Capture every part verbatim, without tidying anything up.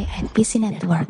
N P C Network.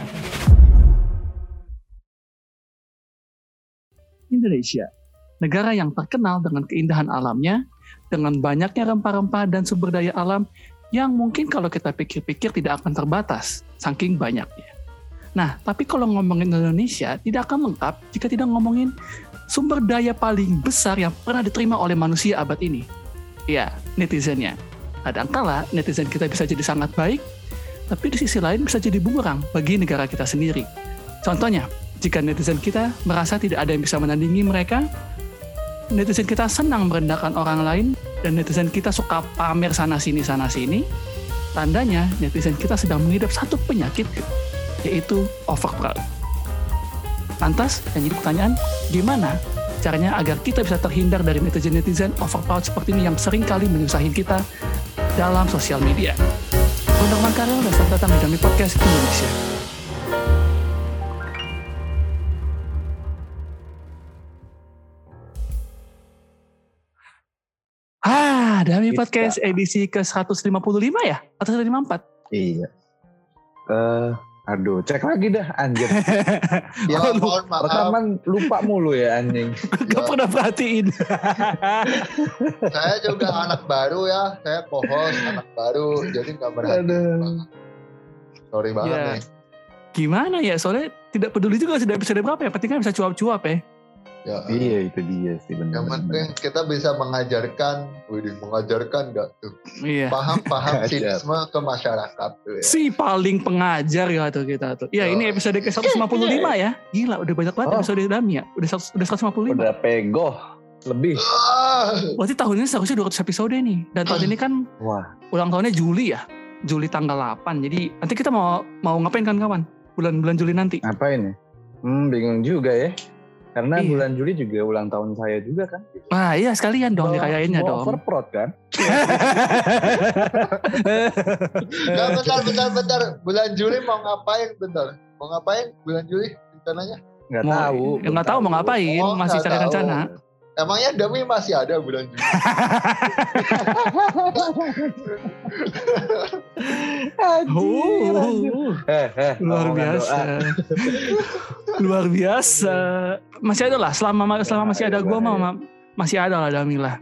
Indonesia, negara yang terkenal dengan keindahan alamnya, dengan banyaknya rempah-rempah dan sumber daya alam yang mungkin kalau kita pikir-pikir tidak akan terbatas, saking banyaknya. Nah, tapi kalau ngomongin Indonesia, tidak akan lengkap jika tidak ngomongin sumber daya paling besar yang pernah diterima oleh manusia abad ini. Ya, netizennya. Kadangkala netizen kita bisa jadi sangat baik, tapi di sisi lain bisa jadi bumerang bagi negara kita sendiri. Contohnya, jika netizen kita merasa tidak ada yang bisa menandingi mereka, netizen kita senang merendahkan orang lain, dan netizen kita suka pamer sana-sini, sana-sini, tandanya netizen kita sedang mengidap satu penyakit, yaitu overproud. Lantas, yang jadi pertanyaan, gimana caranya agar kita bisa terhindar dari netizen-netizen overproud seperti ini yang sering kali menyusahin kita dalam sosial media? Untuk Karel dan selamat datang di Dami Podcast Indonesia. Ah, Dami Podcast edisi ke seratus lima puluh lima ya? Atau seratus lima puluh empat? Iya. Uh, aduh, cek lagi dah anjir. Ya, mohon maaf. Rekaman lupa mulu ya anjing. Gak pernah perhatiin. Saya juga anak baru ya. Saya co-host anak baru. Jadi gak perhatiin. Sorry banget ya, nih. Gimana ya? Soalnya tidak peduli juga sudah episode berapa ya. Penting kan bisa cuap-cuap ya. Ya, iya itu dia sih benar. Yang penting kita bisa mengajarkan, wih, mengajarkan gak tuh? Iya. Paham-paham sinisme ke masyarakat tuh ya. Si paling pengajar ya tuh kita tuh. Ya oh. Ini episode ke seratus lima puluh lima ya. Gila udah banyak banget oh. episode Dami ya. Udah udah seratus lima puluh lima. Udah pegoh lebih. Berarti tahun ini seharusnya dua ratus episode nih. Dan tahun ini kan wah, ulang tahunnya Juli ya. Juli tanggal delapan. Jadi nanti kita mau mau ngapain kan kawan? Bulan-bulan Juli nanti. Ngapain ya? Hmm, bingung juga ya. Karena iya. Bulan Juli juga ulang tahun saya juga kan. Ah iya sekalian dong dirayainnya dong. Overproud kan. Gak bentar bentar bentar. Bulan Juli mau ngapain bentar? Mau ngapain bulan Juli rencananya? Gak tahu. Gak tahu mau ngapain. Oh, masih cari rencana. Emangnya Dami masih ada bulan Juli? oh, eh, eh, luar biasa. Luar biasa. Masih ada lah. Selama selama masih ada gue mah masih ada lah Dami lah.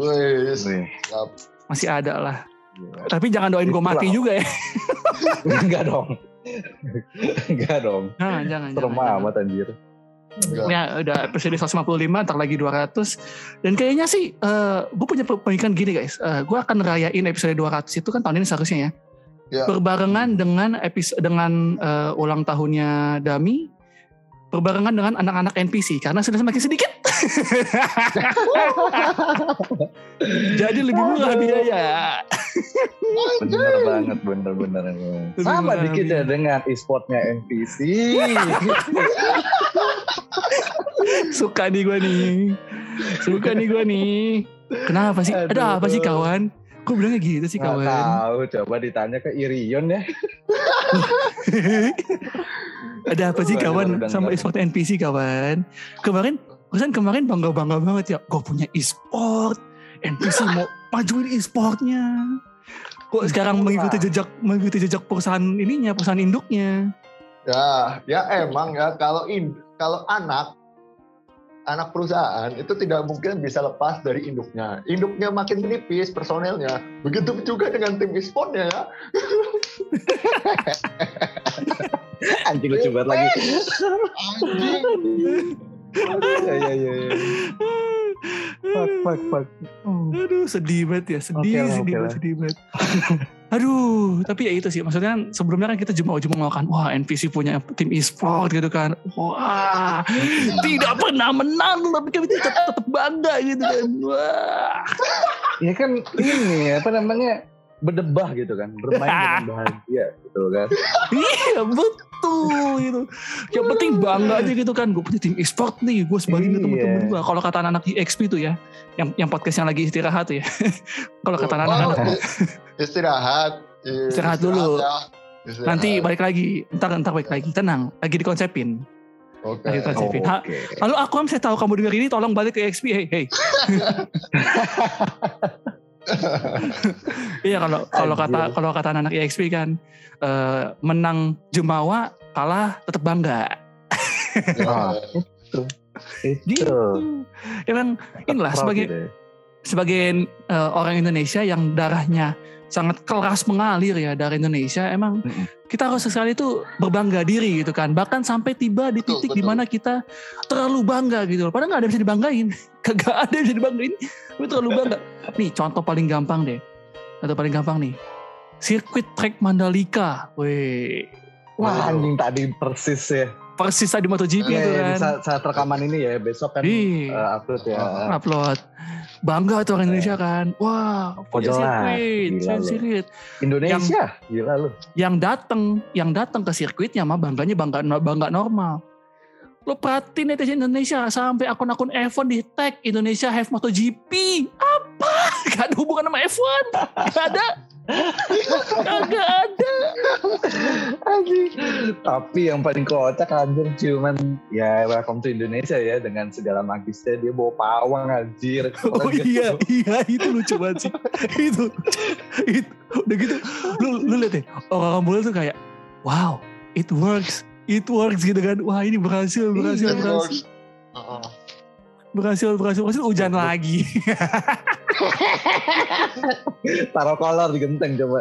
Masih ada lah. Tapi jangan doain gue mati juga ya. Enggak dong. Enggak dong. Jangan jangan. Serem amat anjir. Ya udah episode seratus lima puluh lima, ntar lagi dua ratus. Dan kayaknya sih uh, gue punya pemikiran gini guys, uh, gue akan rayain episode dua ratus itu kan tahun ini seharusnya ya, ya. Berbarengan dengan episode dengan uh, ulang tahunnya Dami, berbarengan dengan anak-anak N P C karena sudah semakin sedikit. Jadi lebih murah biaya. Bener banget, bener-bener. Sama dikit ya dengan e-sportnya N P C. Suka nih gue nih. Suka nih gue nih. Kenapa sih? Aduh. Ada apa sih kawan? Kok bilangnya gitu sih kawan? Nggak tahu, coba ditanya ke Irion ya. Ada apa sih kawan sama e-sport N P C kawan? Kemarin, pesan kemarin bangga-bangga banget ya. Gue punya e-sport, N P C mau majuin e-sportnya. Kok sekarang mengikuti jejak mengikuti jejak perusahaan ininya, perusahaan induknya. Ya, ya emang ya kalau in, kalau anak anak perusahaan itu tidak mungkin bisa lepas dari induknya. Induknya makin menipis personelnya. Begitu juga dengan tim e-sportnya ya. Anjing lucu banget lagi. Anjing. Ya ya ya. Fuck fuck fuck. Oh. Aduh sedih banget ya, sedih okay, sedih okay banget, sedih banget. Aduh, tapi ya itu sih maksudnya kan sebelumnya kan kita cuma cuma melakukan wah N P C punya tim e-sport gitu kan. Wah, tidak pernah menang tapi kami tetap, tetap bangga gitu kan. Wah. Ya kan ini apa namanya? Berdebah gitu kan, bermain dengan bahagia gitu kan. Iya betul gitu. Yang penting bangga aja gitu kan. Gue punya tim e-sport nih, gue sebagian temen-temen gue. Kalau kata anak-anak E X P tuh ya, yang yang podcast yang lagi istirahat tuh ya. Kalau kata anak-anak oh, istirahat, istirahat dulu. Istirahat. Nanti balik lagi, entar entar balik lagi. Tenang, lagi dikonsepin. Oke. Okay. Oh, okay. Lalu aku saya tahu kamu dengar ini, tolong balik ke E X P. Hey, hey. Iya kalau kalau kata kalau kata anak E X P kan uh, menang jumawa, kalah tetap bangga. Ah, itu. Itu. Gitu. Emang inilah sebagai gitu. sebagai uh, orang Indonesia yang darahnya sangat keras mengalir ya dari Indonesia, emang mm-hmm. kita harus sekali itu berbangga diri gitu kan, bahkan sampai tiba di titik di mana kita terlalu bangga gitu, padahal nggak ada yang bisa dibanggain, kagak ada yang bisa dibanggain, tapi terlalu bangga. Nih contoh paling gampang deh, contoh paling gampang nih, sirkuit track Mandalika, weh, wah anjing tadi persis ya. Persis tadi MotoGP itu kan. Saat, saat rekaman ini ya, besok kan uh, upload ya. Upload. Bangga tuh orang Indonesia kan. Wah, punya sirkuit, sirkuit. Indonesia, yang, gila lu. Yang datang, yang datang ke sirkuitnya mah bangganya bangga bangga normal. Lo perhatiin netizen Indonesia sampai akun-akun F satu di tag Indonesia have MotoGP. Apa? Gak ada hubungan sama F satu. Gak ada. Gak ada. Anjing. Tapi yang paling kocak anjir cuman ya welcome to Indonesia ya dengan segala magisnya dia bawa pawang anjir. Oh iya, iya itu lucu banget sih. itu, itu udah gitu. Lu lu lihat deh orang bola tuh kayak wow, it works. It works gitu kan. Wah ini berhasil, berhasil, It berhasil. Uh-uh. Berhasil, berhasil, berhasil. Hujan lagi. Taruh kolor di genteng coba.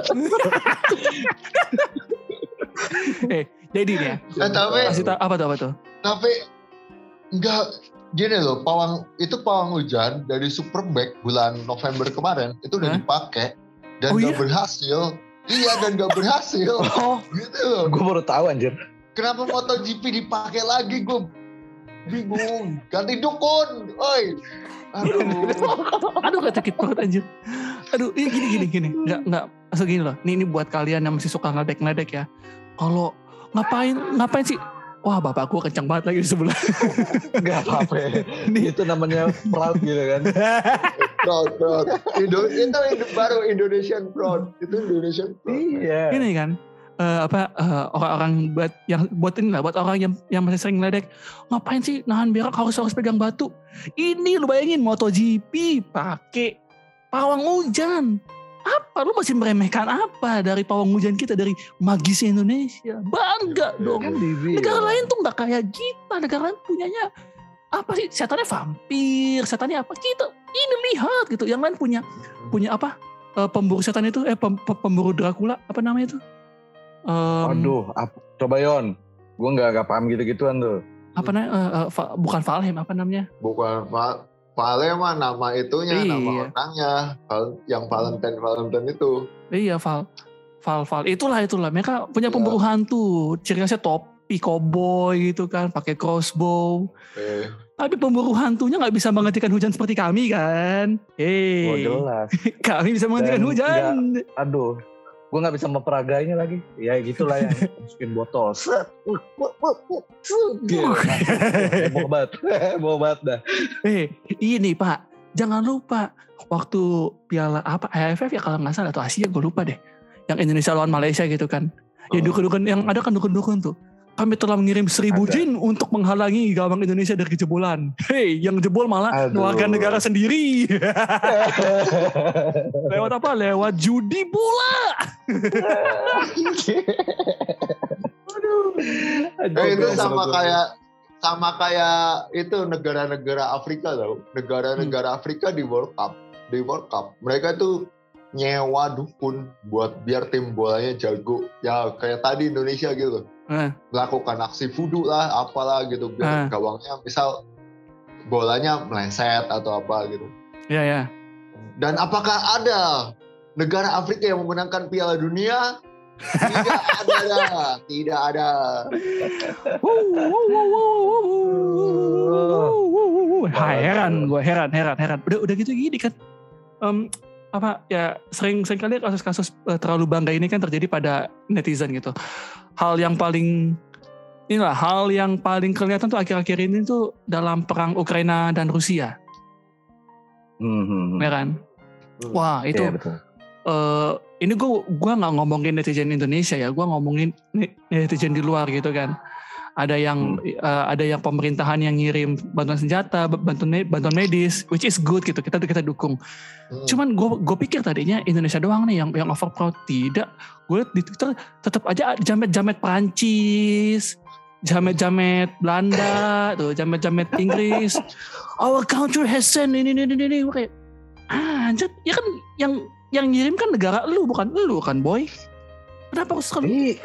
eh, jadi nih ya. Eh, tapi, ta- apa tuh, apa tuh? Tapi, enggak, gini loh, pawang, itu pawang hujan dari Superbike bulan November kemarin, itu udah huh? dipakai, dan oh, gak iya? berhasil. Iya, dan gak berhasil. Oh, gitu loh. Gue baru tahu anjir. Kenapa MotoGP dipakai lagi, gue bingung. Ganti dukun, oi. Aduh. Aduh gak sakit banget anjir. Aduh, ini gini gini gini. Enggak enggak masuk gini loh. Ini ini buat kalian yang masih suka ngeledek-ngeledek ya. Kalau ngapain ngapain sih? Wah, bapakku kencang banget lagi di sebelah. Enggak apa-apa. Itu namanya proud gitu kan. Proud, proud. Indo, itu baru Indonesian proud. Itu Indonesian proud. Iya. Ini kan Uh, apa uh, orang-orang buat yang buat ini lah buat orang yang yang masih sering ngeledek, ngapain sih nahan berak harus harus pegang batu. Ini lu bayangin MotoGP pakai pawang hujan. Apa lu masih meremehkan apa dari pawang hujan kita, dari magis Indonesia? Bangga dong. Kan negara lain tuh nggak kayak kita. Negara lain punyanya apa sih? Setannya vampir, setannya apa? Kita ini lihat gitu. Yang lain punya punya apa? Uh, pemburu setan itu eh pem, pemburu Dracula apa namanya itu? Um, Aduh, apa, coba Yon, gue nggak nggak paham gitu-gituan tuh. Apa namanya? Uh, uh, va, bukan Valheim, apa namanya? Bukan Val, Valheim mah nama itunya, iya. Nama orangnya, Val, yang Valentine Valentine itu. Iya, Val, Val, Val. Itulah itulah. Mereka punya pemburu ya. Hantu, ciri khasnya topi cowboy gitu kan, pakai crossbow. Eh. Tapi pemburu hantunya nggak bisa menghentikan hujan seperti kami kan? Hei, oh, jelas. Kami bisa menghentikan Dan hujan. Gak, aduh. Gue gak bisa memperagainya lagi. Ya gitulah ya. Masukin botol. Set. Mau banget. Mau banget dah. Eh ini Pak. Jangan lupa. Waktu piala apa A F F ya kalau gak salah. Atau Asia gue lupa deh. Yang Indonesia lawan Malaysia gitu kan. Ya dukun-dukun. Yang ada kan dukun-dukun tuh. Kami telah mengirim seribu ada. jin untuk menghalangi gawang Indonesia dari kejebolan. Hei, yang jebol malah warga negara sendiri. Lewat apa? Lewat judi bola. Aduh. Eh, itu sama kayak sama kayak itu negara-negara Afrika tau. Negara-negara hmm. Afrika di World Cup, di World Cup. Mereka tuh nyewa dukun buat biar tim bolanya jago. Ya kayak tadi Indonesia gitu. Eh. Melakukan aksi voodoo lah, apalah gitu biar eh. gawangnya misal bolanya meleset atau apa gitu. Iya ya. Dan apakah ada negara Afrika yang memenangkan Piala Dunia? Tidak ada, tidak ada. Heran, gue heran, heran, heran. Udah, udah gitu gini kan. Um, apa ya sering sering kali kasus-kasus uh, terlalu bangga ini kan terjadi pada netizen gitu. Hal yang paling inilah hal yang paling kelihatan tuh akhir-akhir ini tuh dalam perang Ukraina dan Rusia. Mm-hmm. Ya kan? Wah itu. Yeah, betul. Uh, ini gue gue nggak ngomongin netizen Indonesia ya, gue ngomongin netizen di luar gitu kan. ada yang hmm. uh, ada yang pemerintahan yang ngirim bantuan senjata, bantuan bantuan medis, which is good gitu, kita kita dukung. Hmm. Cuman gue gue pikir tadinya Indonesia doang nih yang yang over proud. Tidak, gue liat di Twitter tetap aja jamet-jamet Prancis, jamet-jamet Belanda, tuh jamet-jamet Inggris. Our country has sent ini ini ini ini. Kayak ah, anjir, ya kan yang yang ngirim kan negara lu, bukan lu kan boy. Kenapa harus terlalu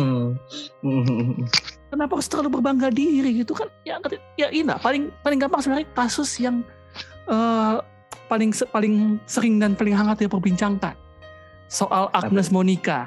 Kenapa harus terlalu berbangga diri gitu kan? Ya, ya ini paling paling gampang sebenarnya kasus yang uh, paling paling sering dan paling hangat diperbincangkan soal Agnes Monica.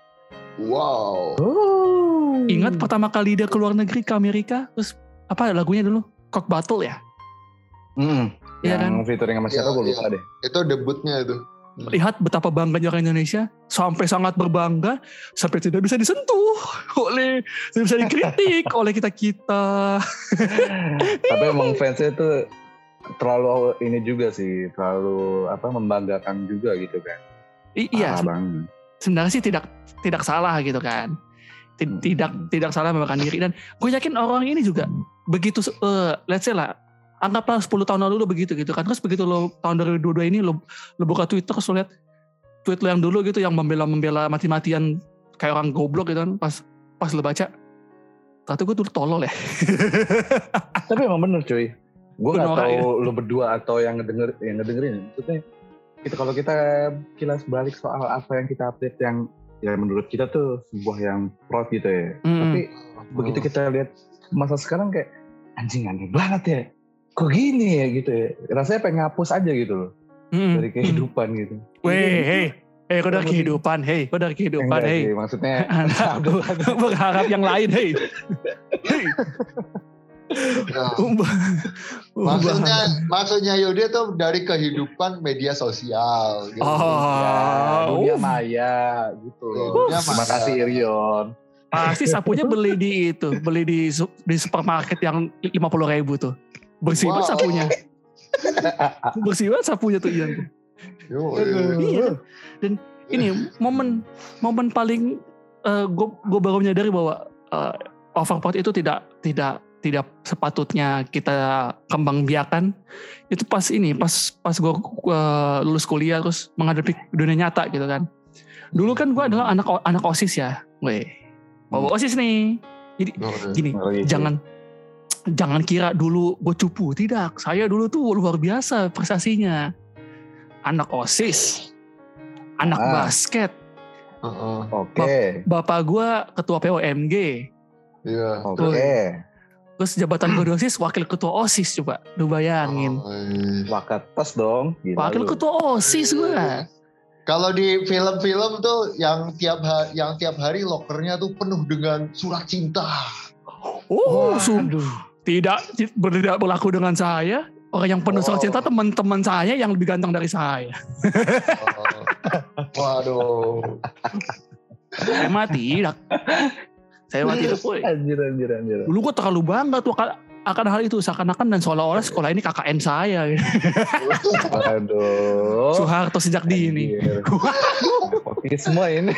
Wow. Oh. Ingat pertama kali dia keluar negeri ke Amerika, terus apa lagunya dulu? Cock Battle ya? Mm. Iya kan? Featuring sama siapa gue lupa deh. Itu debutnya itu. Lihat betapa bangganya orang Indonesia, sampai sangat berbangga, sampai tidak bisa disentuh oleh, tidak bisa dikritik oleh kita-kita. Tapi emang fansnya itu terlalu ini juga sih, terlalu apa membanggakan juga gitu kan. I- iya, ah, bang. Sebenarnya sih tidak tidak salah gitu kan. Tidak hmm. tidak salah membanggakan diri, dan gue yakin orang ini juga begitu, uh, let's say lah, anggaplah sepuluh tahun lalu lo begitu gitu kan. Terus begitu lo tahun dua ribu dua puluh dua ini lo, lo buka Twitter, terus lo lihat tweet lo yang dulu gitu yang membela-membela mati-matian kayak orang goblok gitu kan. Pas pas lo baca, ternyata gue dulu tolol ya. Tapi emang bener cuy. Gue gak tahu ya. lo berdua atau yang ngedenger, yang ngedengerin. Maksudnya kita kalau kita kilas balik soal apa yang kita update yang ya menurut kita tuh sebuah yang proud gitu ya. Hmm. Tapi begitu kita lihat masa sekarang kayak anjing aneh banget ya. Kok gini ya gitu ya. Rasanya pengen ngapus aja gitu loh. Hmm. Dari kehidupan hmm. gitu. Weh, hei. Eh, kok dari kehidupan, hei. Kok dari kehidupan, hei. Sih, maksudnya. Berharap yang lain, hei. Hei. Nah, maksudnya maksudnya Yudi tuh dari kehidupan media sosial gitu. Oh, ya, dunia maya gitu. Uh, Terima kasih Irion. Pasti sapunya beli di itu, beli di di supermarket yang lima puluh ribu tuh. Bersih banget wow. sapunya. Bersih banget sapunya tuh Ian. Yo, iya. Dan ini momen momen paling uh, gue baru menyadari bahwa uh, overproud itu tidak tidak tidak sepatutnya kita kembang biakan. Itu pas ini, pas pas gue uh, lulus kuliah terus menghadapi dunia nyata gitu kan. Dulu kan gue adalah anak anak OSIS ya, gue bawa OSIS nih. Jadi gini, oh, iya. jangan jangan kira dulu gue cupu, tidak. Saya dulu tuh luar biasa prestasinya. Anak OSIS, anak ah. basket. Uh-uh. Oke. Okay. Bap- bapak gue ketua P O M G. Iya. Oke. Okay. Terus jabatan gue di OSIS wakil ketua OSIS, coba lu bayangin. Wakatas dong. Wakil lu. Ketua OSIS gue. Kalau di film-film tuh yang tiap ha- yang tiap hari lokernya tuh penuh dengan surat cinta. Oh, sungguh. Tidak tidak berlaku dengan saya. Orang yang penuh oh. surat cinta teman-teman saya yang lebih ganteng dari saya. Oh. Waduh. Saya mati tidak. Saya mati itu, boy. Anjir, anjir, anjir. Dulu gue terlalu bangga tuh akan hal itu. Seakan-akan dan seolah-olah sekolah ini K K N saya. Aduh. Soeharto sejak dini. Oke semua ini.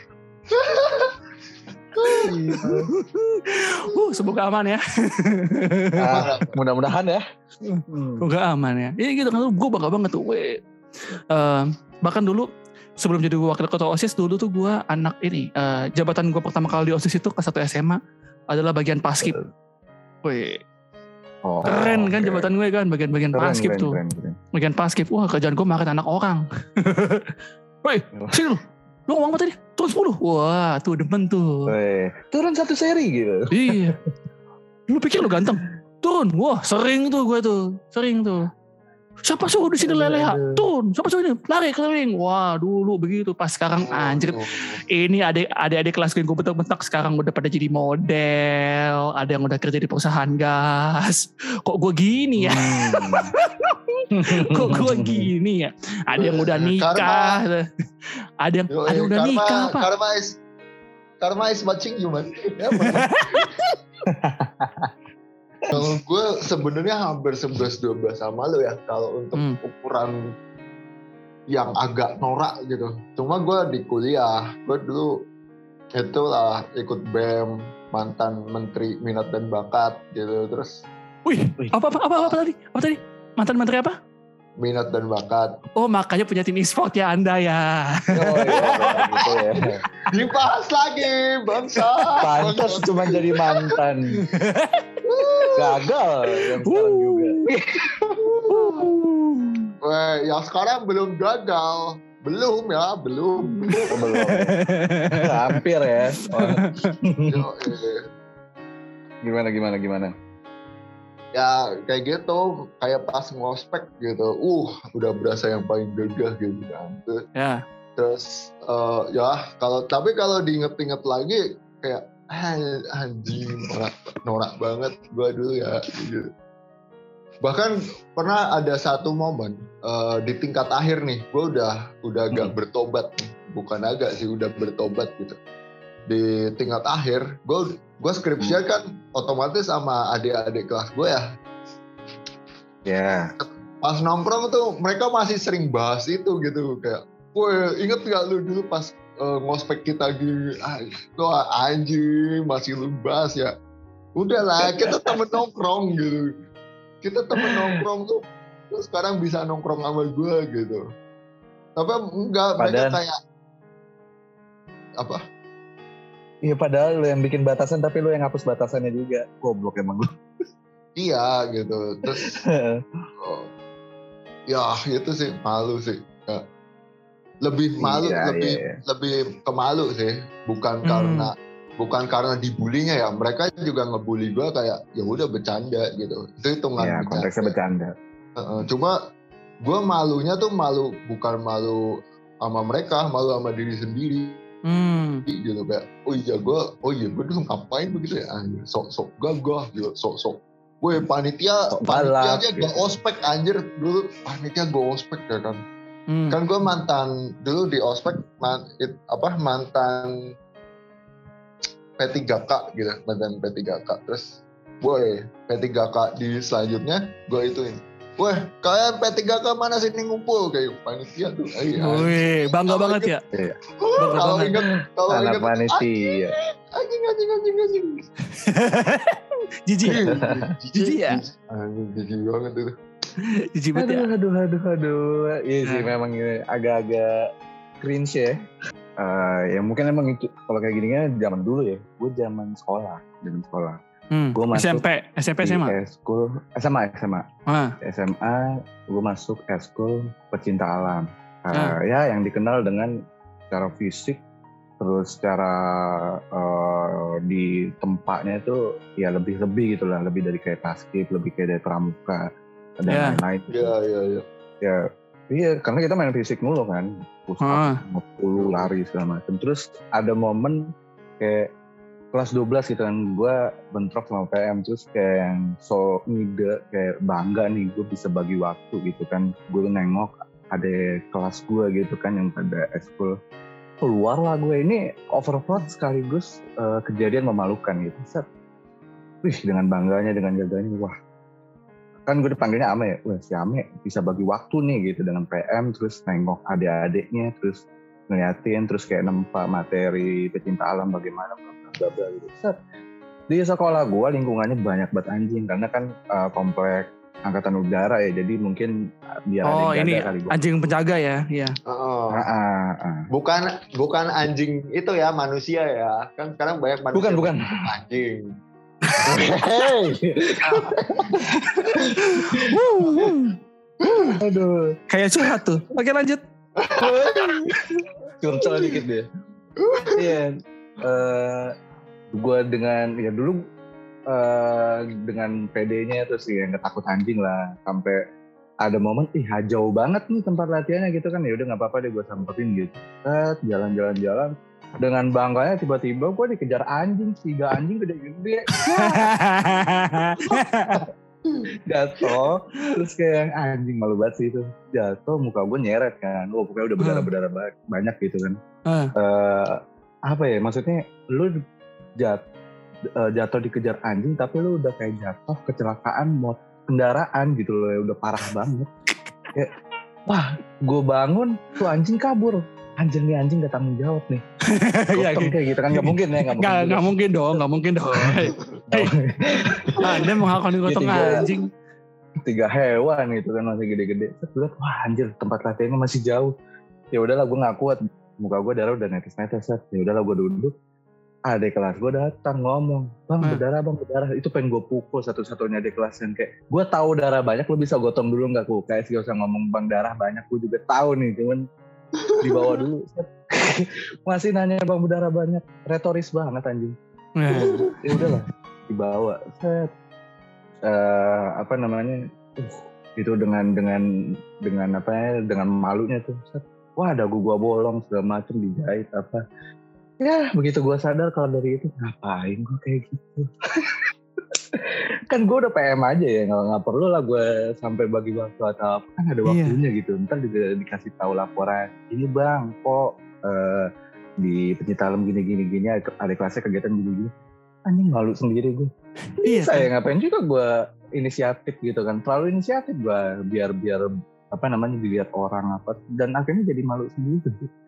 uh, semoga aman ya. ah, mudah-mudahan ya. Semoga aman ya. Iya gitu kan, gue bangga banget tuh. Uh, bahkan dulu sebelum jadi wakil ketua OSIS dulu tuh gue anak ini uh, jabatan gue pertama kali di OSIS itu kelas satu S M A adalah bagian paskib. Wih, oh, keren kan okay. jabatan gue kan bagian-bagian keren, paskib keren, tuh. Keren, keren. Bagian paskib, wah kerjaan gue makan anak orang. Wih, sini lu, lu ngomong apa tadi? Turun sepuluh. Wah, tuh demen tuh. Wih, turun satu seri gitu. Iya. Lu pikir lu ganteng? Turun, wah sering tuh gue tuh, sering tuh. Siapa suruh di sini leleha? Turun. Siapa suruh ini? Lari keliling. Wah, dulu begitu. Pas sekarang anjir. Ini adik adik kelas gue bentak-bentak sekarang udah pada jadi model. Ada yang udah kerja di perusahaan gas. Kok gue gini ya? Hmm. Kok gue gini ya? Ada yang udah nikah. Karma. Ada yang Yo, ada yang udah karma, nikah, Pak. Karma is karma is watching you, man. Ya, kalau gue sebenarnya hampir sebelas dua belas sama lo ya kalau untuk hmm. ukuran yang agak norak gitu. Cuma gue di kuliah, gue dulu itulah ikut B E M, mantan menteri minat dan bakat gitu. Terus Wih, apa apa apa apa tadi? Apa tadi? Mantan menteri apa? Minat dan bakat. Oh, makanya punya tim e-sport ya Anda ya. Oh iya, gitu ya. Dibahas lagi, bangsa. Pantas cuma jadi mantan. Gagal yang sekarang juga. Weh, yang sekarang belum gagal. Belum ya, belum. Oh, belum. Hampir ya. Oh. Yo, eh. Gimana gimana gimana? Ya kayak gitu, kayak pas ngospek gitu, uh udah berasa yang paling gagah gitu kan. Ya. Terus uh, ya kalau tapi kalau diinget-inget lagi kayak ah, anjing norak norak banget gua dulu ya. Gitu. Bahkan pernah ada satu momen uh, di tingkat akhir nih, gua udah udah agak hmm. bertobat nih, bukan agak sih udah bertobat gitu. Di tingkat akhir, gue gue skripsian kan otomatis sama adik-adik kelas gue ya. Ya. Yeah. Pas nongkrong tuh mereka masih sering bahas itu gitu kayak, woi inget gak lu dulu pas uh, ngospek kita gini, ah, tuh anjing masih lu bahas ya. Udahlah kita temen nongkrong gitu, kita temen nongkrong tuh, terus sekarang bisa nongkrong sama gue gitu. Tapi enggak, mereka Padahal... kayak apa? Iya padahal lu yang bikin batasan tapi lu yang hapus batasannya juga. Goblok emang lu. Iya gitu. Terus oh, ya itu sih malu sih. Ya. Lebih malu, iya, lebih iya, iya. lebih kemalu sih. Bukan hmm. karena bukan karena dibulinya ya. Mereka juga ngebully gue kayak ya udah bercanda gitu. Itu hitungan ya, bercanda. Konteksnya bercanda. Uh, cuma gue malunya tuh malu bukan malu sama mereka, malu sama diri sendiri. Hmm. gitu kayak oh iya gue oh iya gue dulu ngapain begitu ya anjir sok-sok gagah gitu sok-sok gue panitia sok panitia aja gitu. Gue ospek anjir dulu panitia gue ospek ya kan hmm. kan gue mantan dulu di ospek man, it, apa mantan P tiga K gitu mantan P tiga K terus gue P tiga K di selanjutnya gue ituin wah, kalian P tiga K mana sini ngumpul kayak panitia tuh. Wih, bangga banget ya. Iya. Bangga kalau banget. Inget, kalau anak inget panitia. Anjing, anjing, anjing, anjing. Jijik. Jijik ya. Anjing, jijik banget itu. Jijik banget ya. Aduh, aduh, aduh, aduh. Iya sih, memang agak-agak cringe ya. Uh, ya mungkin emang itu kalau kayak gini kan zaman dulu ya. Gue zaman sekolah, zaman sekolah. Hmm, gue masuk S M P, S M P S M A? Eskul, S M A, S M A. Ah. S M A, gue masuk eskul pecinta alam. Uh, ah. Ya, yang dikenal dengan secara fisik, terus secara uh, di tempatnya itu ya lebih-lebih gitu lah, lebih dari kayak basket, lebih kayak dari pramuka dan yeah. lain-lain. Iya, iya, iya. Ya, iya, karena kita main fisik mulu kan, pusat, ah. ngepul, lari segala macam. Terus ada momen kayak kelas dua belas gitu kan, gue bentrok sama P M, terus kayak yang so ngide, kayak bangga nih gue bisa bagi waktu gitu kan. Gue nengok ada kelas gue gitu kan yang pada eskul, keluar lah gue, ini overflow sekaligus uh, kejadian memalukan gitu. Set, wih dengan bangganya, dengan gagahnya, wah kan gue dipanggilnya Ame ya, wah si Ame bisa bagi waktu nih gitu dengan P M, terus nengok adik-adiknya, terus ngeliatin, terus kayak nempa materi pecinta alam bagaimana bla bla gitu. Set. Di sekolah gue lingkungannya banyak banget anjing karena kan uh, komplek angkatan udara ya, jadi mungkin biar oh, ada ini kali anjing penjaga ya, iya. Oh. Uh, uh, uh. Bukan bukan anjing itu ya manusia ya, kan sekarang banyak manusia. Bukan bukan anjing. Hey. Aduh, kayak curhat tuh. Oke lanjut. Curcol dikit deh. Iya. Uh, gue dengan ya dulu uh, dengan P D-nya terus ya nggak takut anjing lah, sampai ada momen ih jauh banget nih tempat latihannya gitu kan, ya udah nggak apa-apa deh gue samperin gitu. Set, jalan-jalan-jalan dengan bangganya tiba-tiba gue dikejar anjing, tiga anjing gede-gede. Jatuh, terus kayak anjing malu banget sih itu. Jatuh, muka gue nyeret kan, oh pokoknya udah berdarah-berdarah banyak gitu kan. Uh. Uh, apa ya maksudnya, lu jat, uh, jatuh dikejar anjing tapi lu udah kayak jatuh kecelakaan mot kendaraan gitu loh, udah parah banget. Kayak, wah gue bangun tuh anjing kabur, anjir nih anjing gak tanggung jawab nih. Iya, Gotong kayak gitu kan gak mungkin ya. Gak mungkin, Nggak, juga. nggak mungkin dong, nggak mungkin dong. Hey, Anda menghakoni gotong tiga- anjing. Tiga hewan gitu kan masih gede-gede. Terus gue liat, wah anjir tempat latihannya masih jauh. Ya udahlah gue gak kuat. Muka gue darah udah netes-netes. Ya udahlah gue duduk. Adik kelas gue datang ngomong, bang Hmm. berdarah bang berdarah. Itu pengen gue pukul satu-satunya adik kelas yang kayak, gue tahu darah banyak, lu bisa gotong dulu nggak ku? Kayak gak usah ngomong bang darah banyak, gue juga tahu nih, cuman dibawa dulu. Masih nanya bang berdarah banyak, retoris banget anjing. Nah, Ya udahlah, dibawa. Set. Eh, apa namanya? Uh, itu dengan dengan dengan apa ya? Dengan malunya tuh. Set. Wah dagu gue bolong segala macem dijahit apa. Ya begitu gue sadar kalau dari itu ngapain gue kayak gitu. Kan gue udah P M aja ya, nggak nggak perlu lah gue sampai bagi waktu atau apa, kan ada waktunya Iya. gitu. Ntar juga dikasih tahu laporan, ini bang kok eh, di pencinta alam gini gini gini ada kelasnya kegiatan gini gini. Anjing malu sendiri gue. Iya, Saya ngapain juga gue inisiatif gitu kan, terlalu inisiatif gue biar biar apa namanya dilihat orang apa, dan akhirnya jadi malu sendiri.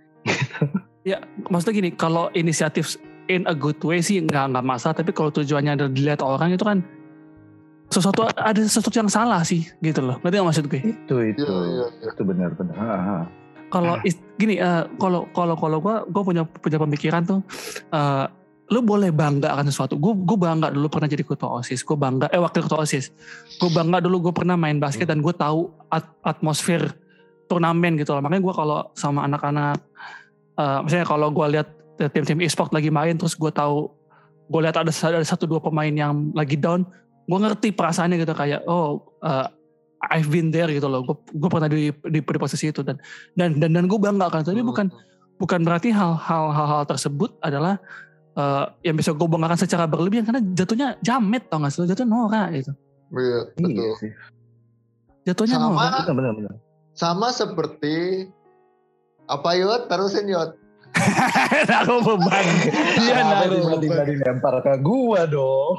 Ya, maksudnya gini, kalau inisiatif in a good way sih nggak nggak masalah, tapi kalau tujuannya ada dilihat orang itu kan sesuatu ada sesuatu yang salah sih, gitu loh. Ngerti nggak maksud gue? Itu itu Iya, iya, iya. itu benar-benar. Kalau is- gini, eh, kalau kalau kalau gue gue punya punya pemikiran tuh, eh, lu boleh bangga akan sesuatu. Gue gue bangga dulu pernah jadi ketua OSIS, gue bangga eh wakil ketua OSIS, gue bangga dulu gue pernah main basket dan gue tahu at- atmosfer turnamen gitu loh. Makanya gue kalau sama anak-anak, uh, misalnya kalau gue lihat tim-tim e-sport lagi main, terus gue tahu, gue lihat ada ada satu dua pemain yang lagi down, gue ngerti perasaannya gitu, kayak oh uh, I've been there gitu loh. Gue gue pernah di, di di posisi itu dan dan dan dan gue bangga kan. Tapi bukan bukan berarti hal-hal hal-hal tersebut adalah uh, yang bisa gue banggakan secara berlebihan, karena jatuhnya jamet, tau gak sih? Jatuhnya norak gitu. Iya, betul. Iya sih. Jatuhnya Sama norak. Benar-benar. sama seperti apa Yot? Terusin Yot. Naruh beban. Dia naruh tiba-tiba beban. dilempar ke gua dong.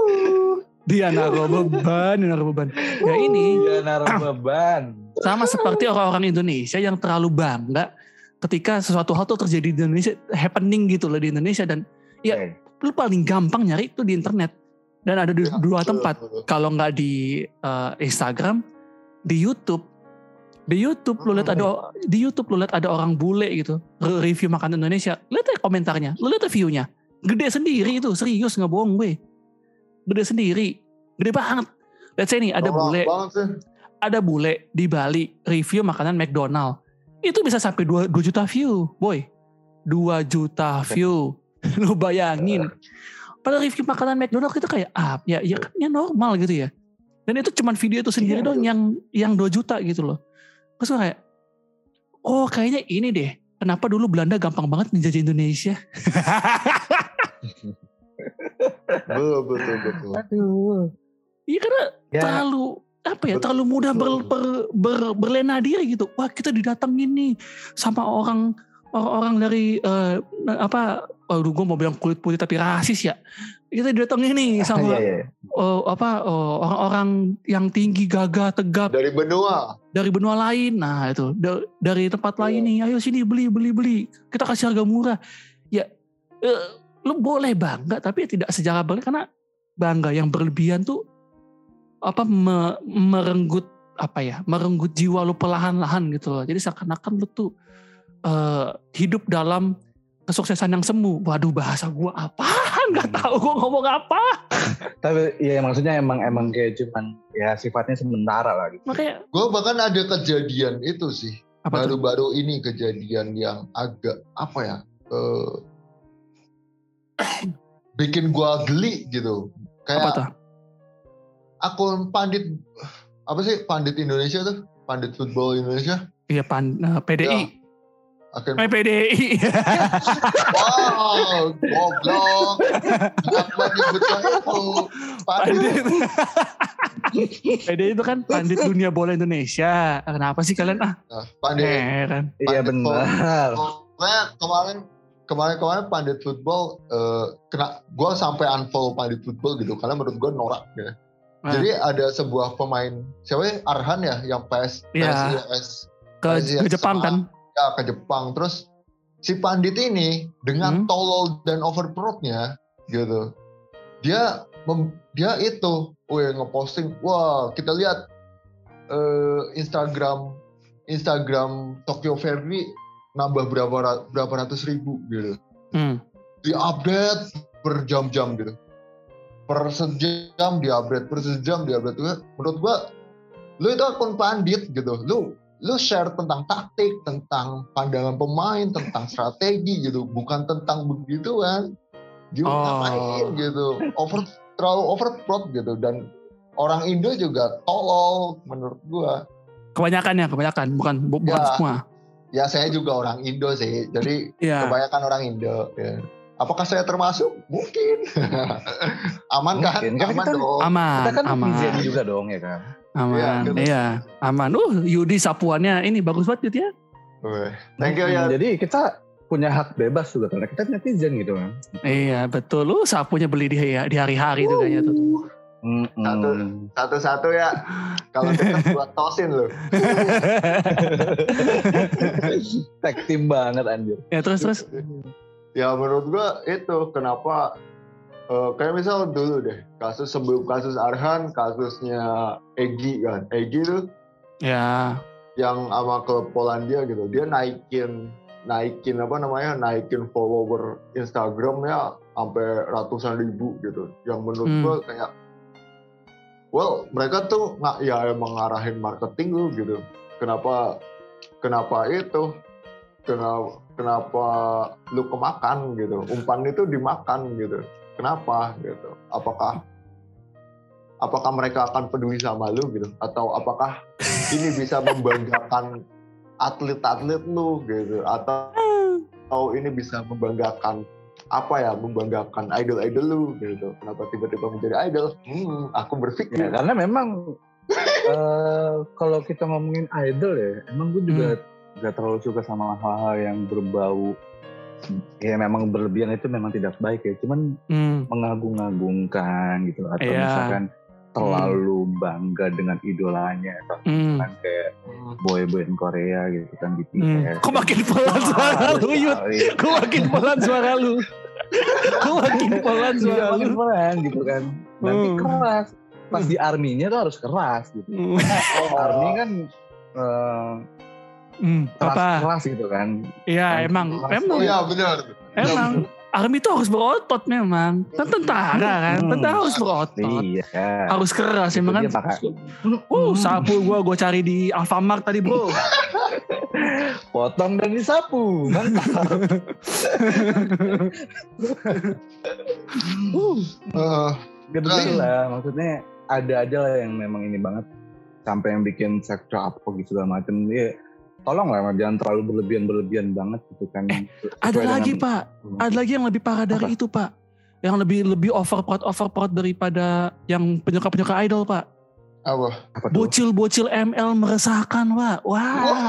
Dia naruh beban, dia naruh beban. Ya ini Dia naruh beban. sama seperti orang-orang Indonesia yang terlalu bangga ketika sesuatu hal tuh terjadi di Indonesia, happening gitu loh di Indonesia, dan ya Eh, lu paling gampang nyari itu di internet, dan ada di Ya, dua betul, tempat. betul. Kalau nggak di uh, Instagram, di YouTube. Di YouTube lu lihat ada di YouTube lu lihat ada orang bule gitu review makanan Indonesia, lihat aja komentarnya, lu lihat aja view-nya, gede sendiri itu, serius nggak bohong gue, gede sendiri, gede banget. Let's say nih ada Norak bule, banget sih. ada bule di Bali review makanan McDonald, itu bisa sampai dua juta view, boy, dua juta view, lu bayangin. Pada review makanan McDonald itu kayak ah ya ya kan ya normal gitu ya, dan itu cuman video itu sendiri Iya, dong yang yang dua juta gitu loh. Terus gue kayak, oh kayaknya ini deh, kenapa dulu Belanda gampang banget menjajah Indonesia. Betul, betul, betul. Aduh. Iya karena Ya, terlalu, apa ya, Betul, terlalu mudah ber, betul. ber, ber, berlena diri gitu. Wah kita didatengin nih sama orang orang dari uh, apa, aduh gue mau bilang kulit putih tapi rasis ya. Kita didatengin nih sama iya, iya. uh, apa uh, orang-orang yang tinggi, gagah, tegap Dari benua. dari benua lain. Nah itu da- dari tempat lain nih, ayo sini beli beli beli, kita kasih harga murah ya. eh, lu boleh bangga tapi tidak secara berlebihan, karena bangga yang berlebihan tuh apa me- merenggut apa ya merenggut jiwa lu perlahan-lahan gitu loh. Jadi seakan-akan lu tuh eh, hidup dalam kesuksesan yang semu. Waduh, bahasa gua apaan, nggak tahu gua ngomong apa. Tapi ya maksudnya emang emang kayak cuman ya sifatnya sementara lah gitu. Makanya Gue bahkan ada kejadian itu sih. apa tuh? Baru-baru ini kejadian yang agak apa ya? eh, bikin gue geli gitu. Apa Kayak tuh? akun pandit apa sih pandit Indonesia tuh? Pandit football Indonesia. Iya pan eh, P D I. Ya. Akun Eh P D I. wow, goblok. Apa nyebutnya itu? Pandit. P D I itu kan pandit dunia bola Indonesia. Kenapa sih kalian ah? Nah, pandit. Eh kan. Iya Pandit benar. Pokoknya kemarin kemarin-kemarin pandit football eh, kena gue sampai unfollow pandit football gitu karena menurut gue norak gitu. Nah. Jadi ada sebuah pemain siapa ya? Arhan ya yang P S Iya. P S I S Ke, P S I S ke Jepang kan. ya ke Jepang terus si Pandit ini dengan hmm? tolol dan overproudnya gitu, dia mem, dia itu, weh ngeposting, wah kita lihat uh, Instagram Instagram Tokyo Verdy nambah berapa berapa ratus ribu gitu, hmm. di update berjam-jam gitu, per sejam di update, per sejam di update. Menurut gua, lu itu akun Pandit gitu, lu lu share tentang taktik, tentang pandangan pemain, tentang strategi gitu, bukan tentang begituan. Gitu oh. ngapain gitu, over terlalu overproud gitu, dan orang Indo juga tolol menurut gua. Kebanyakan ya, kebanyakan, bukan bukan ya, semua. Ya saya juga orang Indo sih, jadi ya. kebanyakan orang Indo. Ya. Apakah saya termasuk? Mungkin. Aman kan? Mungkin. Aman kita, dong. Aman. Kita kan aman. netizen juga dong ya kan. Aman. Iya, gitu. Iya, aman. Uh, Yudi sapuannya ini bagus banget Yudi ya. Thank you ya. Jadi kita punya hak bebas juga karena kita netizen gitu kan. Iya betul. Lu sapunya beli di di hari-hari tuh kayaknya tuh. Satu, satu-satu ya. Kalau kita buat tosin lu. Tag team banget anjir. Ya terus terus. Ya menurut gua itu kenapa uh, kayak misal dulu deh kasus sebelum kasus Arhan, kasusnya Egy kan. Egy tuh. Ya. Yang sama klub Polandia gitu. Dia naikin naikin apa namanya? naikin follower Instagramnya sampai ratusan ribu gitu. Yang menurut hmm. gua kayak well, mereka tuh nggak ya emang ngarahin marketing lu gitu. Kenapa kenapa itu? Kenapa kenapa lu kemakan gitu? Umpan itu dimakan gitu. Kenapa gitu? Apakah apakah mereka akan peduli sama lu gitu? Atau apakah ini bisa membanggakan atlet-atlet lu gitu? Atau atau ini bisa membanggakan apa ya, membanggakan idol-idol lu gitu. Kenapa tiba-tiba menjadi idol? Hmm, aku berpikir. Ya, karena memang uh, kalau kita ngomongin idol ya, emang gue juga hmm. gak terlalu suka sama hal-hal yang berbau, ya memang berlebihan itu memang tidak baik ya. Cuman hmm. mengagung-agungkan gitu. Atau yeah. misalkan terlalu hmm. bangga dengan idolanya. Atau hmm. misalkan kayak boy-boy Korea gitu kan di T V. Hmm. Kok makin pelan suara lu Yud? Kok makin pelan suara lu? Kok makin pelan suara lu? Makin pelan gitu kan. Nanti hmm. keras. Pas di army-nya tuh harus keras gitu. Hmm. Oh, army kan uh, hmm. keras-keras gitu kan. Iya emang. Emang. Iya benar. Emang. Army itu harus berotot memang. Kan tentara kan. Hmm. Tentara harus berotot. Iya. Harus keras emang kan. Uh, sapu gue gue cari di Alfamart tadi bro. Potong dan disapu. Mantap. uh, Gede lah. Maksudnya ada aja lah yang memang ini banget. Sampai yang bikin sektor apa gitu segala macam. Dia tolong lah, jangan terlalu berlebihan-berlebihan banget gitu kan. Eh, ada lagi dengan, Pak, hmm. ada lagi yang lebih parah dari apa? Itu Pak. Yang lebih lebih overproud overproud daripada yang penyuka-penyuka idol Pak. Apa? Apa Bocil-bocil M L meresahkan Pak. Wow.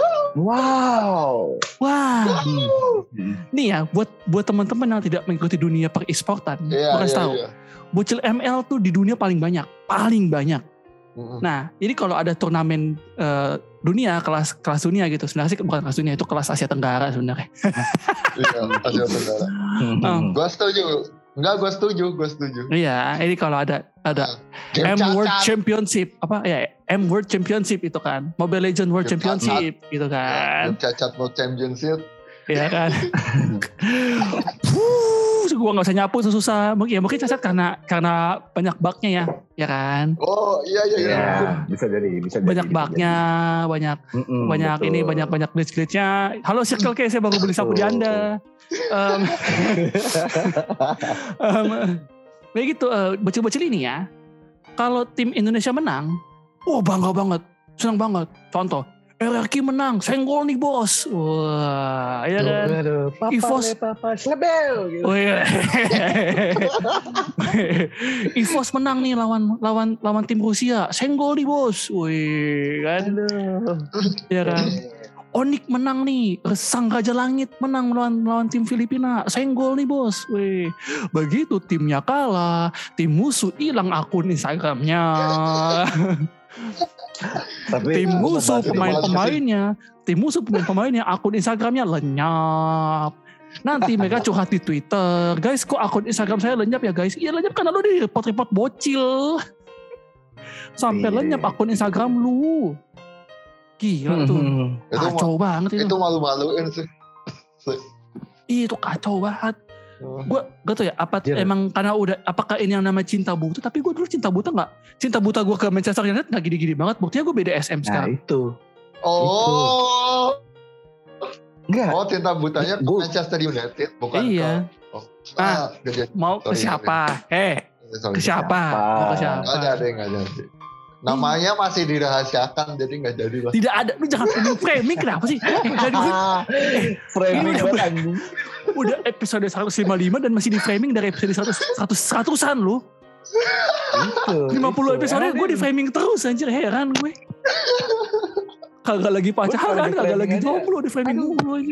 Wow. Wah. Hmm. Nih ya, buat buat teman-teman yang tidak mengikuti dunia per e-sportan, yeah, harus yeah, tahu. Yeah. Bocil M L tuh di dunia paling banyak, paling banyak. Mm-hmm. Nah, ini kalau ada turnamen uh, dunia, kelas kelas dunia gitu. Sebenarnya sih bukan kelas dunia, itu kelas Asia Tenggara sebenarnya. Iya, Asia Tenggara. um, gue setuju. Enggak, gue setuju, gue setuju. Iya, ini kalau ada ada uh, M World Championship, apa ya? M World Championship itu kan. Mobile Legends World Game Championship cacat. Gitu kan. Game cacat World Championship. Iya kan. Puh, gue nggak usah nyapu susah. Ya mungkin cacat karena karena banyak bugnya ya, ya kan. Oh iya iya iya. Ya, bisa jadi, bisa jadi. Banyak bugnya, banyak Mm-mm, banyak betul. Ini banyak banyak glitch glitchnya. Halo Circle K, saya baru beli sapu di Anda. Um, um, kayak gitu, uh, bocil-bocil ini ya. Kalau tim Indonesia menang, wah bangga banget, senang banget. Contoh. R R Q menang, senggol nih bos. Wah, ya kan. Aduh, papa, Evos, papa, slebel. Gitu. Oh, iya. Evos menang nih lawan lawan lawan tim Rusia, senggol nih bos. Wih, kan. Ya kan. Onyx menang nih, Sang Raja Langit menang melawan melawan tim Filipina, senggol nih bos. Wih, begitu timnya kalah, tim musuh hilang akun Instagramnya. Tapi tim musuh itu pemain-pemainnya, tim musuh pemain-pemainnya akun Instagramnya lenyap. Nanti mereka curhat di Twitter, guys kok akun Instagram saya lenyap ya guys? Iya lenyap karena lu di report-report bocil. Sampai Iya. lenyap akun Instagram lu. Gila tuh. Hmm. Itu Kacau ma- banget itu. Itu malu-maluin sih. Ih, itu kacau banget. Gue gak tau ya, apa Iya. emang karena udah, apakah ini yang namanya cinta buta? Tapi gue dulu cinta buta gak? Cinta buta gue ke Manchester United gak gini-gini banget. Buktinya gue B D S M Nah sekarang. itu. Oh, Enggak. oh cinta butanya ke Gua- Manchester United, bukan Iya. ke... Oh, Ah. ah, gede. Mau ke Sorry, siapa? Eh, Sorry. ke siapa? siapa? Mau ke Nggak siapa? jadi, nggak jadi. Namanya masih dirahasiakan, jadi nggak jadi lah. Tidak ada, lu jangan framing framing kenapa sih? Eh, dari gue Framing Ini udah- banget anjing. udah episode seratus lima puluh lima dan masih di framing dari episode seratus, seratus, seratusan lu. Itu. lima puluh itu. episode Emang gue dia- di framing terus anjir, heran gue. Kagak lagi pacaran, Gua kagak di lagi framing aja. jomblo, di framing mulu aja.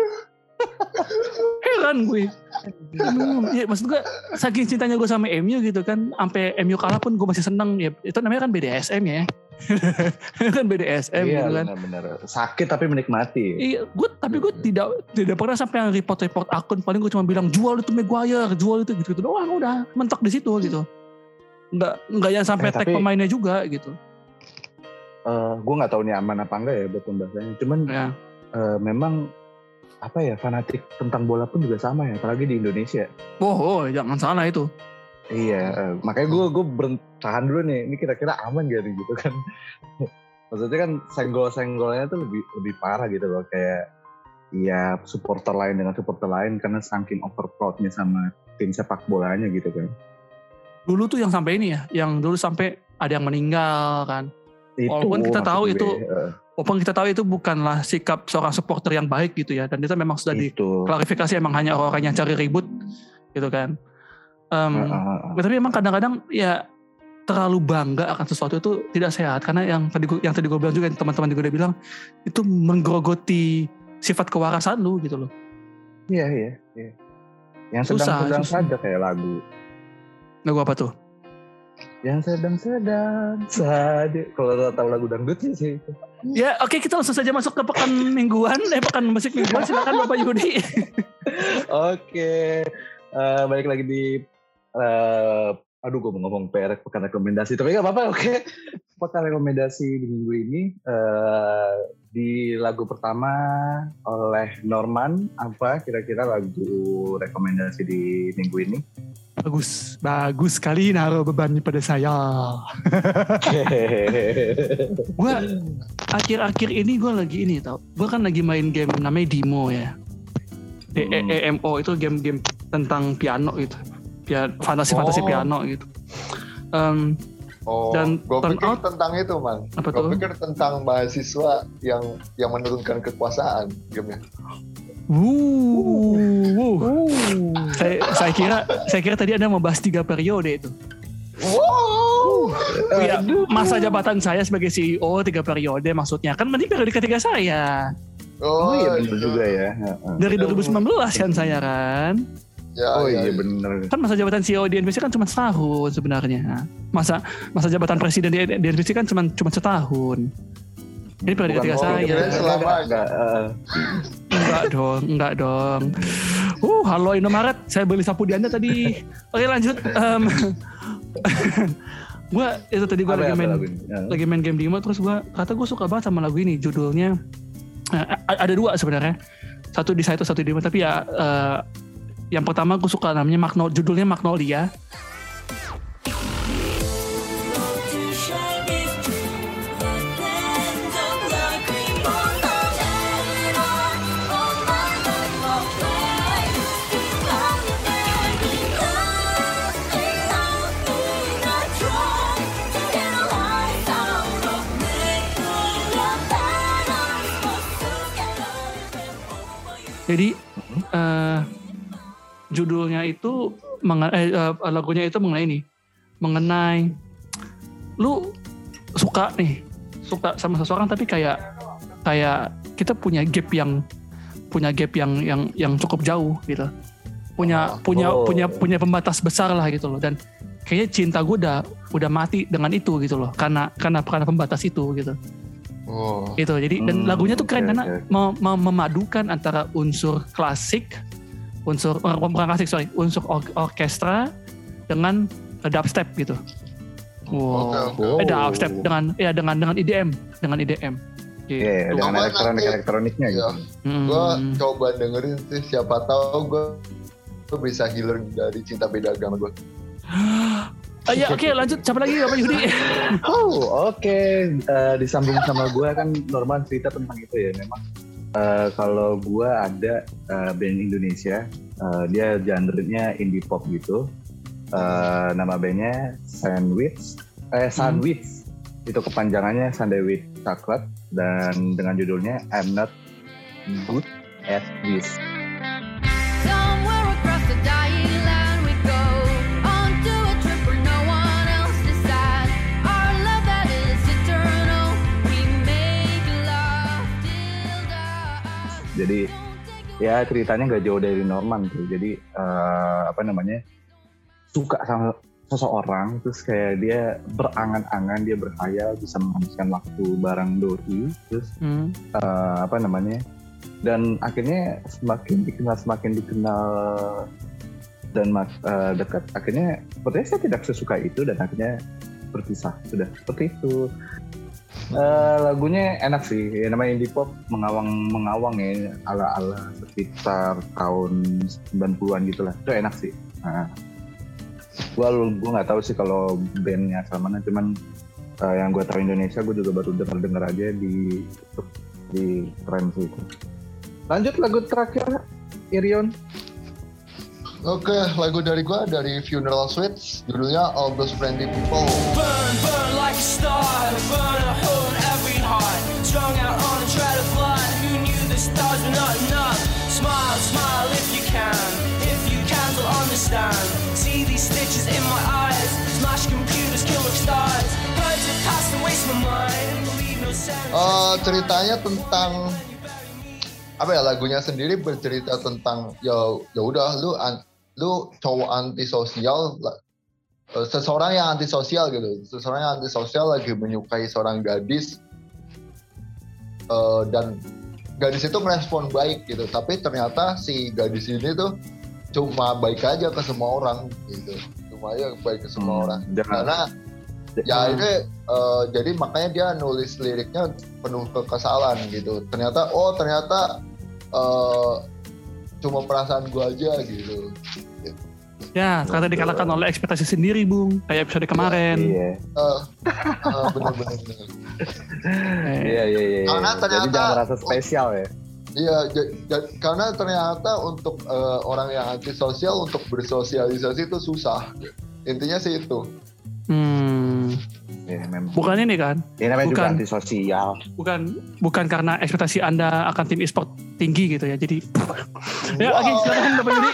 Heran gue. Aduh, ya, maksud gue saking cintanya gue sama M U gitu kan, sampai M U kalah pun gue masih seneng ya. Itu namanya kan B D S M ya. Kan B D S M Iya gitu kan. benar-benar. Sakit tapi menikmati. Iya, gue tapi gue tidak tidak pernah sampai yang report-report akun. Paling gue cuma bilang jual itu Maguire, jual itu gitu-gitu doang, udah mentok di situ gitu. Enggak enggak yang sampai Eh, tag tapi- pemainnya juga gitu. Uh, gue nggak tahu nih aman apa enggak ya buat pembahasannya. Cuman Ya. uh, memang apa ya fanatik tentang bola pun juga sama ya, apalagi di Indonesia. Oh, oh, jangan salah itu. Iya, uh, makanya gue gue bertahan dulu nih. Ini kira-kira aman gak nih gitu kan? Maksudnya kan senggol-senggolnya tuh lebih lebih parah gitu loh, kayak ya supporter lain dengan supporter lain karena saking overproudnya sama tim sepak bolanya gitu kan. Dulu tuh yang sampai ini ya, yang dulu sampai ada yang meninggal kan. Itu Walaupun kita maksud tahu gue, itu- uh, Walaupun kita tahu itu bukanlah sikap seorang supporter yang baik gitu ya, dan itu memang sudah itu. diklarifikasi emang hanya orang-orang yang cari ribut gitu kan. Em, Uh, uh, uh. Tapi emang kadang-kadang ya terlalu bangga akan sesuatu itu tidak sehat, karena yang tadi gua- yang tadi gue bilang juga, teman-teman juga udah bilang itu menggerogoti sifat kewarasan lu gitu loh. Iya iya. iya. Yang Susah, sedang-sedang susah. saja kayak lagu. Lagu apa tuh? Yang sedang-sedang saja. Kalau lo tahu lagu dangdut sih sih. Ya oke, kita langsung saja masuk ke pekan mingguan, eh pekan musik mingguan. Silakan Bapak Yudi. Oke. Eh, balik lagi di eh, aduh gue mau ngomong P R pekan rekomendasi tapi nggak apa-apa. Oke. Pekan rekomendasi di minggu ini eh, di lagu pertama oleh Norman, apa kira-kira lagu rekomendasi di minggu ini? Bagus, bagus sekali naruh beban pada saya. Gue akhir-akhir ini gue lagi ini tau, gue kan lagi main game namanya Dimo ya. D E E M O itu game-game tentang piano gitu, Pia- fantasi-fantasi Oh. piano gitu. Em, Oh, Dan gue turn pikir out- tentang itu, man. Apa Gue tuh? pikir tentang mahasiswa yang yang menurunkan kekuasaan gamenya. Wuh, wuh. Saya, saya kira saya kira tadi Anda membahas tiga periode itu. Wow. Iya, masa jabatan saya sebagai C E O tiga periode maksudnya. Kan berarti periode ketiga saya. Oh iya benar gitu. juga ya. Heeh. Dari dua ribu sembilan belas kan saya kan. Ya, Oh ya, iya benar. Kan masa jabatan C E O di N B C kan cuma setahun sebenarnya. Masa masa jabatan presiden di, di N B C kan cuma cuma setahun. Ini periode Bukan ketiga oh, saya. kirain selama- Enggak, eh, Enggak dong, enggak dong. Uh, halo Indomaret, saya beli sapu di Anda tadi. Oke lanjut. Um, gue itu tadi gue apa lagi ya, apa main lagu ini? Ya. lagi main game Dimo, terus gue kata gue suka banget sama lagu ini. Judulnya eh, a- ada dua sebenarnya, satu di Saito, satu di Dimo. Tapi ya eh, yang pertama gue suka namanya Magno, judulnya Magnolia. Jadi eh, judulnya itu mengen- eh, eh, lagunya itu mengenai ini, mengenai lu suka nih, suka sama seseorang tapi kayak kayak kita punya gap yang punya gap yang yang yang cukup jauh gitu, punya Oh. punya Oh. punya punya pembatas besar lah gitu loh, dan kayaknya cinta gue udah udah mati dengan itu gitu loh, karena karena karena pembatas itu gitu. Oh. Itu jadi dan Hmm, lagunya tuh keren okay, karena okay. mem- mem- memadukan antara unsur klasik, unsur bukan klasik sorry, unsur or- orkestra dengan dubstep gitu. Wow. Oke, oke. Eh dubstep dengan ya dengan dengan I D M, dengan I D M. Gitu. Iya, dengan Coba elektronik nanti- elektroniknya gitu. Iya. Hmm. Gue coba dengerin sih, siapa tahu gue gue bisa healer dari cinta beda agama gue. Ah, ya oke lanjut, siapa lagi Bapak Yudi? Oh oke, Eh, disambung sama gue kan Norman cerita tentang itu ya. Memang eh, kalau gue ada eh, band Indonesia, eh, dia genre-nya indie pop gitu. Eh, nama bandnya Sandwich, eh Sandwich itu kepanjangannya Sunday with Chocolate dan dengan judulnya I'm Not Good at This. Somewhere across the dying land we go, onto a trip where no one else decides. Our love that is eternal, we make love till the Jadi ya ceritanya nggak jauh dari Norman tuh. Jadi eh, apa namanya suka sama seseorang, terus kayak dia berangan-angan, dia berkhayal bisa menghabiskan waktu bareng doi, terus Hmm. uh, apa namanya, dan akhirnya semakin dikenal semakin dikenal dan uh, dekat, akhirnya sepertinya saya tidak sesuka itu dan akhirnya berpisah, sudah seperti itu. Uh, lagunya enak sih, ya, namanya indie pop, mengawang mengawang ya, ala-ala sekitar tahun sembilan puluhan gitulah, itu enak sih. Nah, Gue gue nggak tahu sih kalau bandnya asal mana, cuman uh, yang gue tahu Indonesia, gue juga baru dengar-dengar aja di di keren sih itu. Lanjut lagu terakhir, Irion. Oke, lagu dari gue dari Funeral Suites, judulnya All Those Friendly People. Burn, burn like a star, burn a hole in every heart. Strung out on a thread of blood, who knew the stars were not enough? Smile, smile if you can, if you can't, you'll understand. See these stitches in my eyes, smash computers, kill rock stars. Birds have passed and waste my mind, leave no sense. Uh, ceritanya tentang apa ya, lagunya sendiri bercerita tentang ya ya udah lu an, lu cowok antisosial, uh, seseorang yang antisosial gitu, seseorang yang antisosial lagi menyukai seorang gadis, uh, dan gadis itu merespon baik gitu, tapi ternyata si gadis ini tuh cuma baik aja ke semua orang gitu, cuma aja baik ke semua Hmm, orang, jangan. karena ya ini uh, jadi makanya dia nulis liriknya penuh kekesalan gitu. Ternyata oh ternyata uh, cuma perasaan gua aja gitu. Ya, ternyata dikalahkan oleh ekspektasi sendiri, Bung. Kayak episode kemarin. Iya, Uh, uh, bener-bener. Eh, iya, iya, iya. Karena Jadi ternyata- jangan merasa spesial ya. Iya, j- j- karena ternyata untuk uh, orang yang antisosial untuk bersosialisasi itu susah. Intinya sih itu. Hmm, Iya, memang. bukan ini kan? Ini namanya juga Bukan. antisosial. Bukan bukan karena ekspektasi Anda akan tim e-sport tinggi gitu ya. Jadi ya lagi silakan Bapak Yudi.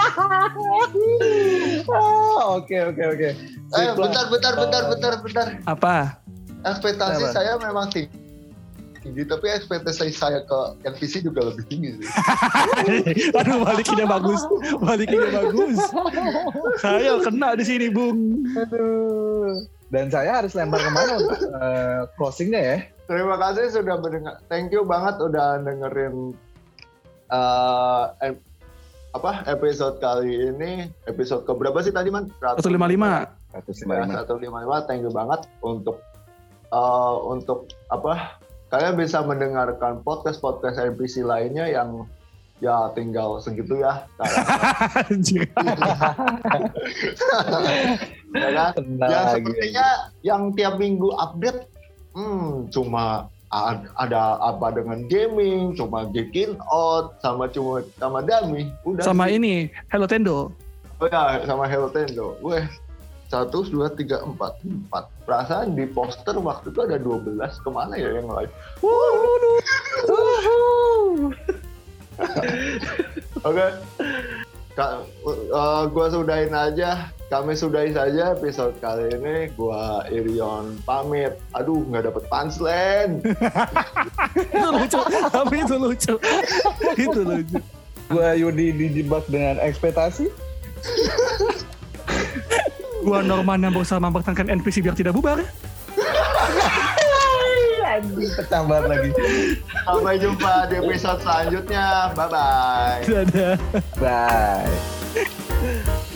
Ah, Oke, oke, oke. Eh, bentar, bentar, bentar, bentar, bentar. Apa? Ekspektasi Apa? saya memang tinggi. tinggi, tapi ekspektasi saya ke N P C juga lebih tinggi sih. Aduh, balikinnya bagus. Balikinnya bagus. Saya kena di sini, Bung. Aduh. Dan saya harus lempar kemana untuk uh, closingnya ya? Terima kasih sudah mendengar. Thank you banget udah dengerin uh, ep- apa episode kali ini. Episode keberapa sih tadi, Man? seratus lima puluh lima. seratus Ya, lima puluh lima. seratus lima puluh lima. Thank you banget untuk uh, untuk apa? Kalian bisa mendengarkan podcast-podcast N P C lainnya yang ya tinggal segitu ya. Anjir. Ya kan? Tenang Yang lagi. sepertinya yang tiap minggu update, hmm, cuma a- ada apa dengan gaming, cuma Geekin Out, sama cuma sama Dami, udah. Sama sih. ini, Hello Tendo. Oh ya, sama Hello Tendo. Weh, satu, dua, tiga, empat, empat. Perasaan di poster waktu itu ada dua belas, kemana ya yang lain? Oke, Ka- uh, gua sudahin aja. Kami sudahi saja episode kali ini. Gua Irion pamit. Aduh, nggak dapet punchline. Itu lucu, tapi itu lucu. Itu lucu. Gua Yudi dijebak dengan ekspektasi. Gua Norman yang berusaha mempertahankan N P C biar tidak bubar. Anjing, pecah banget lagi. Sampai jumpa di episode selanjutnya. Bye-bye. Dadah. Bye.